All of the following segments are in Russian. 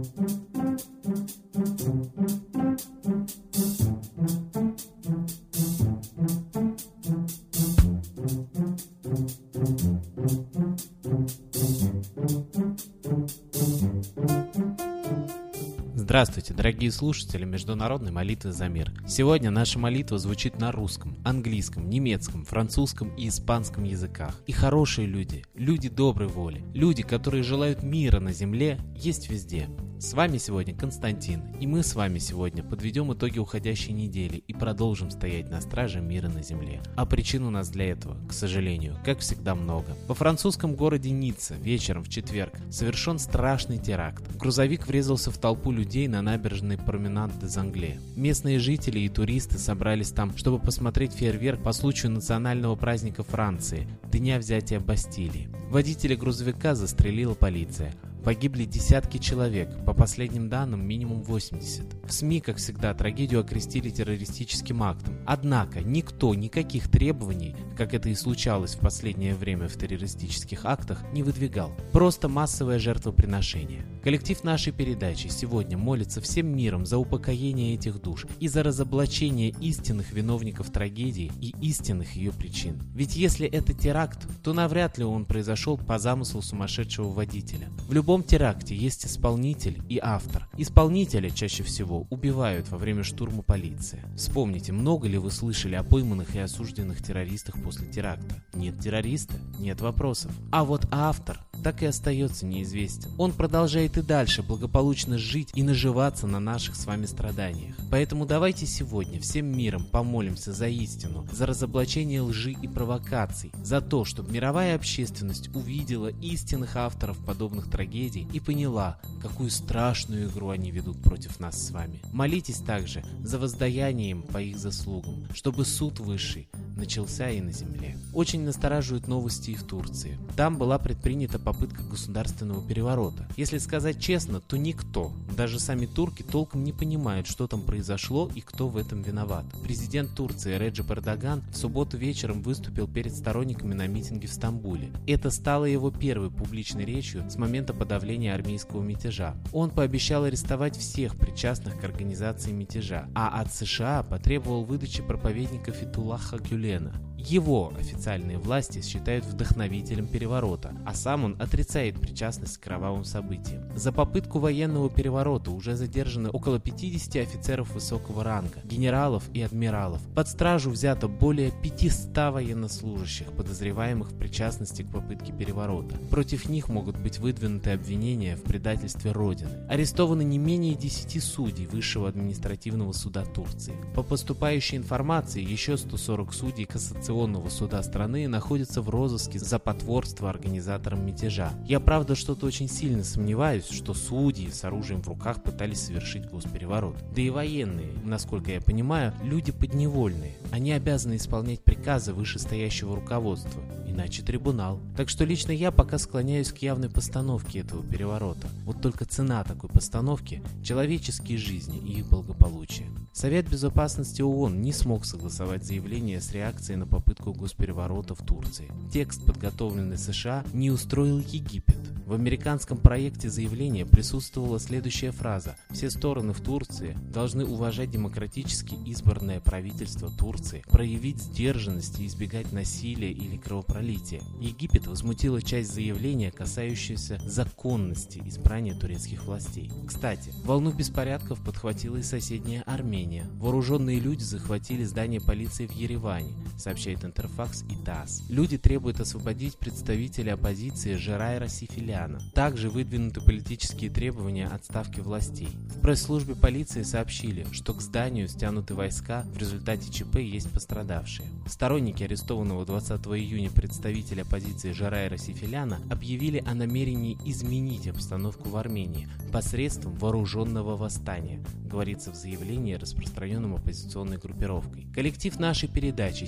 Здравствуйте, дорогие слушатели Международной молитвы за мир. Сегодня наша молитва звучит на русском, английском, немецком, французском и испанском языках. И хорошие люди, люди доброй воли, люди, которые желают мира на земле, есть везде. С вами сегодня Константин, и мы с вами сегодня подведем итоги уходящей недели и продолжим стоять на страже мира на земле. А причин у нас для этого, к сожалению, как всегда много. Во французском городе Ницца вечером в четверг совершен страшный теракт. Грузовик врезался в толпу людей на набережной Променад де Англе. Местные жители и туристы собрались там, чтобы посмотреть фейерверк по случаю национального праздника Франции – Дня взятия Бастилии. Водителя грузовика застрелила полиция. Погибли десятки человек, по последним данным минимум 80. В СМИ, как всегда, трагедию окрестили террористическим актом. Однако никто никаких требований, как это и случалось в последнее время в террористических актах, не выдвигал. Просто массовое жертвоприношение. Коллектив нашей передачи сегодня молится всем миром за упокоение этих душ и за разоблачение истинных виновников трагедии и истинных ее причин. Ведь если это теракт, то навряд ли он произошел по замыслу сумасшедшего водителя. В любом теракте есть исполнитель и автор. Исполнителя чаще всего убивают во время штурма полиции. Вспомните, много ли вы слышали о пойманных и осужденных террористах после теракта? Нет террориста? Нет вопросов. А вот автор так и остается неизвестен. Он продолжает и дальше благополучно жить и наживаться на наших с вами страданиях. Поэтому давайте сегодня всем миром помолимся за истину, за разоблачение лжи и провокаций, за то, чтобы мировая общественность увидела истинных авторов подобных трагедий и поняла, какую страшную игру они ведут против нас с вами. Молитесь также за воздаяние им по их заслугам, чтобы суд высший начался и на земле. Очень настораживают новости и в Турции. Там была предпринята попытка государственного переворота. Если сказать честно, то никто, даже сами турки, толком не понимают, что там произошло и кто в этом виноват. Президент Турции Реджеп Эрдоган в субботу вечером выступил перед сторонниками на митинге в Стамбуле. Это стало его первой публичной речью с момента подавления армейского мятежа. Он пообещал арестовать всех причастных к организации мятежа, а от США потребовал выдачи проповедника Фетхуллаха Гюлена. Его официальные власти считают вдохновителем переворота, а сам он отрицает причастность к кровавым событиям. За попытку военного переворота уже задержаны около 50 офицеров высокого ранга, генералов и адмиралов. Под стражу взято более 500 военнослужащих, подозреваемых в причастности к попытке переворота. Против них могут быть выдвинуты обвинения в предательстве Родины. Арестованы не менее 10 судей Высшего административного суда Турции. По поступающей информации, еще 140 судей Кассационного суда страны находятся в розыске за потворство организаторам мятежа. Я, правда, что-то очень сильно сомневаюсь, что судьи с оружием в руках пытались совершить госпереворот. Да и военные, насколько я понимаю, люди подневольные. Они обязаны исполнять приказы вышестоящего руководства, иначе трибунал. Так что лично я пока склоняюсь к явной постановке этого переворота. Вот только цена такой постановки – человеческие жизни и их благополучие. Совет Безопасности ООН не смог согласовать заявление с реакцией на попытку госпереворота в Турции. Текст, подготовленный США, не устроил Египет. В американском проекте заявления присутствовала следующая фраза: «Все стороны в Турции должны уважать демократически избранное правительство Турции, проявить сдержанность и избегать насилия или кровопролития». Египет возмутила часть заявления, касающуюся законности избрания турецких властей. Кстати, волну беспорядков подхватила и соседняя Армения. Вооруженные люди захватили здание полиции в Ереване, сообщает Интерфакс и ТАСС. Люди требуют освободить представителя оппозиции Жерайра Сифиляна. Также выдвинуты политические требования отставки властей. В пресс-службе полиции сообщили, что к зданию стянуты войска, в результате ЧП есть пострадавшие. Сторонники арестованного 20 июня представителя оппозиции Жерайра Сифиляна объявили о намерении изменить обстановку в Армении посредством вооруженного восстания, говорится в заявлении, распространенном оппозиционной группировкой. Коллектив нашей передачи сегодня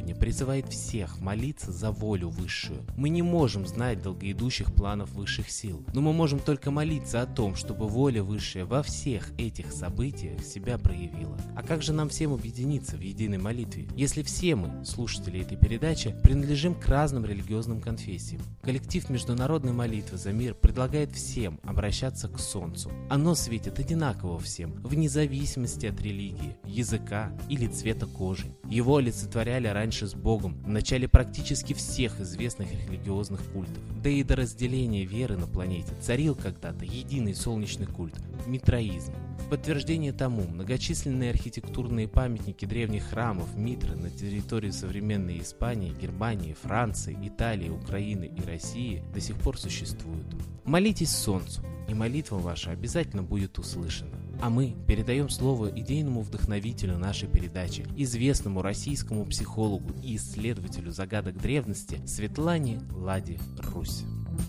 сегодня призывает всех молиться за волю высшую. Мы не можем знать долгоидущих планов высших сил, но мы можем только молиться о том, чтобы воля высшая во всех этих событиях себя проявила. А как же нам всем объединиться в единой молитве, если все мы, слушатели этой передачи, принадлежим к разным религиозным конфессиям? Коллектив Международной молитвы за мир предлагает всем обращаться к Солнцу. Оно светит одинаково всем, вне зависимости от религии, языка или цвета кожи. Его олицетворяли раньше с Богом в начале практически всех известных религиозных культов. Да и до разделения веры на планете царил когда-то единый солнечный культ – митраизм. В подтверждение тому многочисленные архитектурные памятники древних храмов Митры на территории современной Испании, Германии, Франции, Италии, Украины и России до сих пор существуют. Молитесь Солнцу, и молитва ваша обязательно будет услышана. А мы передаем слово идейному вдохновителю нашей передачи, известному российскому психологу и исследователю загадок древности Светлане Ладе Русь.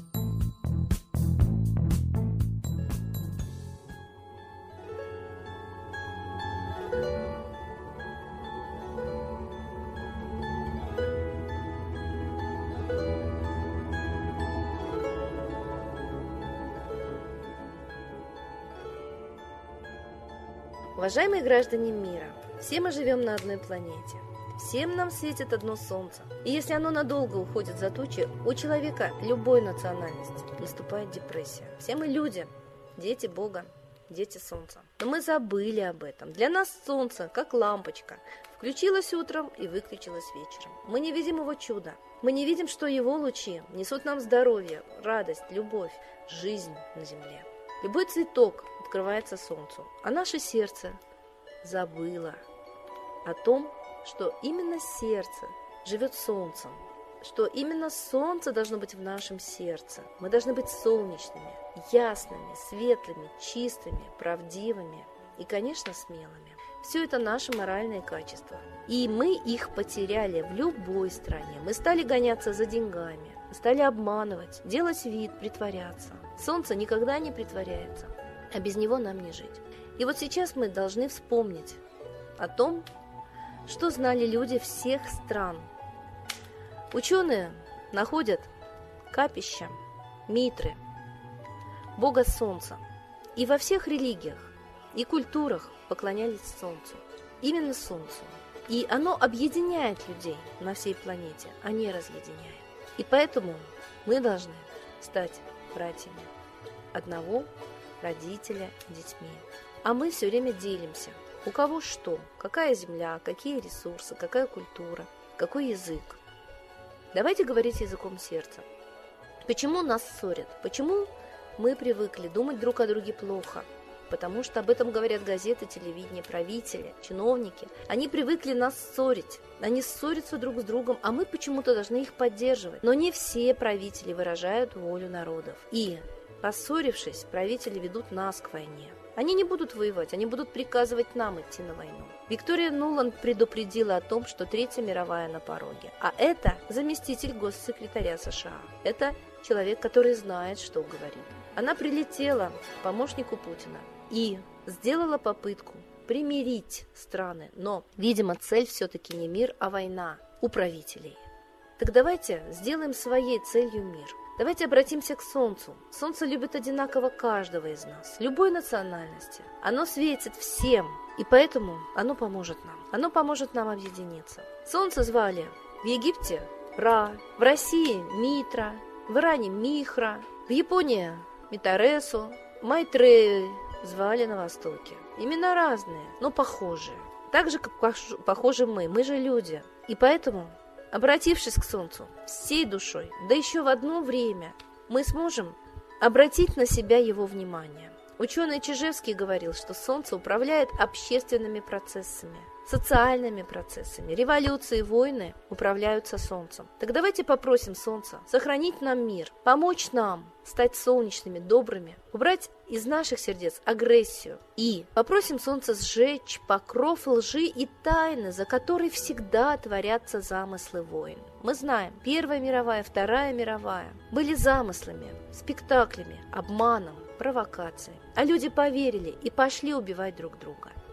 Уважаемые граждане мира, все мы живем на одной планете. Всем нам светит одно солнце. И если оно надолго уходит за тучи, у человека любой национальности наступает депрессия. Все мы люди, дети Бога, дети солнца. Но мы забыли об этом. Для нас солнце, как лампочка, включилось утром и выключилось вечером. Мы не видим его чуда. Мы не видим, что его лучи несут нам здоровье, радость, любовь, жизнь на земле. Любой цветок открывается солнцу, а наше сердце забыло о том, что именно сердце живет солнцем, что именно солнце должно быть в нашем сердце. Мы должны быть солнечными, ясными, светлыми, чистыми, правдивыми и, конечно, смелыми. Все это наши моральные качества. И мы их потеряли в любой стране. Мы стали гоняться за деньгами, стали обманывать, делать вид, притворяться. Солнце никогда не притворяется, а без него нам не жить. И вот сейчас мы должны вспомнить о том, что знали люди всех стран. Ученые находят капища Митры, бога солнца. И во всех религиях и культурах поклонялись солнцу. Именно солнцу. И оно объединяет людей на всей планете, а не разъединяет. И поэтому мы должны стать братьями одного родителя детьми. А мы все время делимся. У кого что, какая земля, какие ресурсы, какая культура, какой язык. Давайте говорить языком сердца. Почему нас ссорят? Почему мы привыкли думать друг о друге плохо? Потому что об этом говорят газеты, телевидение, правители, чиновники. Они привыкли нас ссорить. Они ссорятся друг с другом, а мы почему-то должны их поддерживать. Но не все правители выражают волю народов. И, поссорившись, правители ведут нас к войне. Они не будут воевать, они будут приказывать нам идти на войну. Виктория Нуланд предупредила о том, что Третья мировая на пороге. А это заместитель госсекретаря США. Это человек, который знает, что говорит. Она прилетела к помощнику Путина и сделала попытку примирить страны. Но, видимо, цель все-таки не мир, а война у правителей. Так давайте сделаем своей целью мир. Давайте обратимся к Солнцу. Солнце любит одинаково каждого из нас, любой национальности. Оно светит всем, и поэтому оно поможет нам. Оно поможет нам объединиться. Солнце звали в Египте Ра, в России Митра, в Иране Михра, в Японии Митаресу, Майтрею звали на Востоке. Имена разные, но похожие. Так же, как похожи мы же люди. И поэтому, обратившись к Солнцу всей душой, да еще в одно время, мы сможем обратить на себя его внимание. Ученый Чижевский говорил, что Солнце управляет общественными процессами, социальными процессами. Революции, войны управляются Солнцем. Так давайте попросим Солнца сохранить нам мир, помочь нам стать солнечными, добрыми, убрать из наших сердец агрессию. И попросим Солнца сжечь покров лжи и тайны, за которой всегда творятся замыслы войн. Мы знаем, Первая мировая, Вторая мировая были замыслами, спектаклями, обманом, провокацией. А люди поверили и пошли убивать друг друга.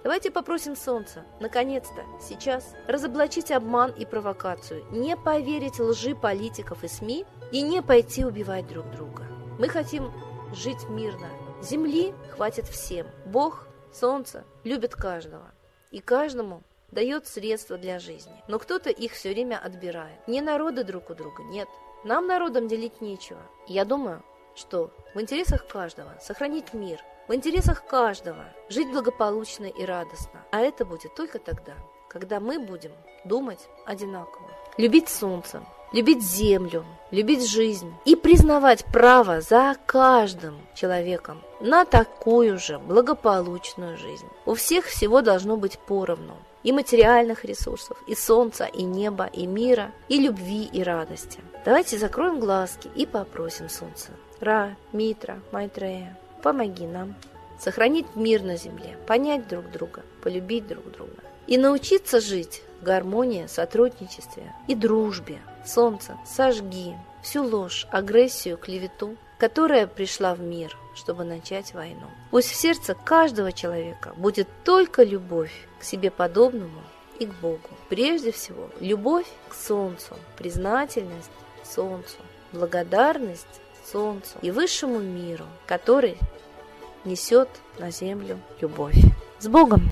Давайте попросим солнца, наконец-то, сейчас, разоблачить обман и провокацию, не поверить лжи политиков и СМИ и не пойти убивать друг друга. Мы хотим жить мирно. Земли хватит всем. Бог, солнце, любит каждого. И каждому дает средства для жизни. Но кто-то их все время отбирает. Не народы друг у друга, нет. Нам, народам, делить нечего. Я думаю, что в интересах каждого сохранить мир, в интересах каждого жить благополучно и радостно. А это будет только тогда, когда мы будем думать одинаково. Любить солнце, любить землю, любить жизнь и признавать право за каждым человеком на такую же благополучную жизнь. У всех всего должно быть поровну. И материальных ресурсов, и солнца, и неба, и мира, и любви, и радости. Давайте закроем глазки и попросим солнце. Ра, Митра, Майтрея, помоги нам сохранить мир на земле, понять друг друга, полюбить друг друга и научиться жить в гармонии, сотрудничестве и дружбе. Солнце, сожги всю ложь, агрессию, клевету, которая пришла в мир, чтобы начать войну. Пусть в сердце каждого человека будет только любовь к себе подобному и к Богу. Прежде всего, любовь к солнцу, признательность солнцу, благодарность солнцу и высшему миру, который несет на землю любовь. С Богом!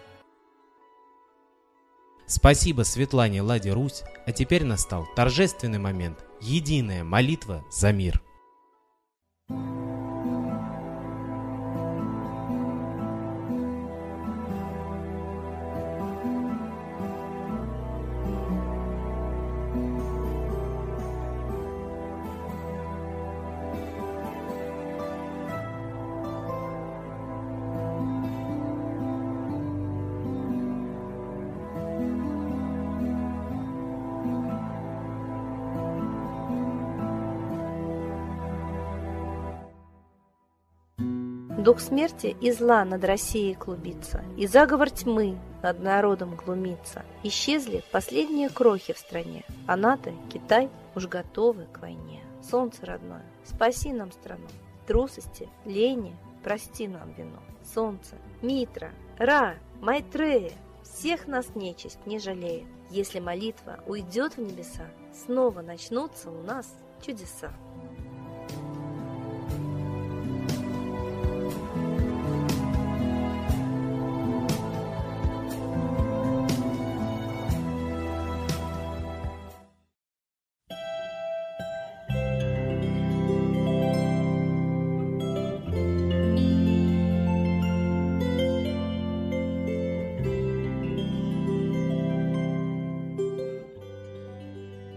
Спасибо Светлане Ладе Русь, а теперь настал торжественный момент – единая молитва за мир. Дух смерти и зла над Россией клубится, и заговор тьмы над народом глумится. Исчезли последние крохи в стране, а НАТО, Китай уж готовы к войне. Солнце родное, спаси нам страну, трусости, лени, прости нам вину. Солнце, Митра, Ра, Майтрея, всех нас нечисть не жалеет. Если молитва уйдет в небеса, снова начнутся у нас чудеса.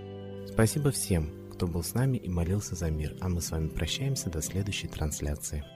Спасибо всем, кто был с нами и молился за мир, а мы с вами прощаемся до следующей трансляции.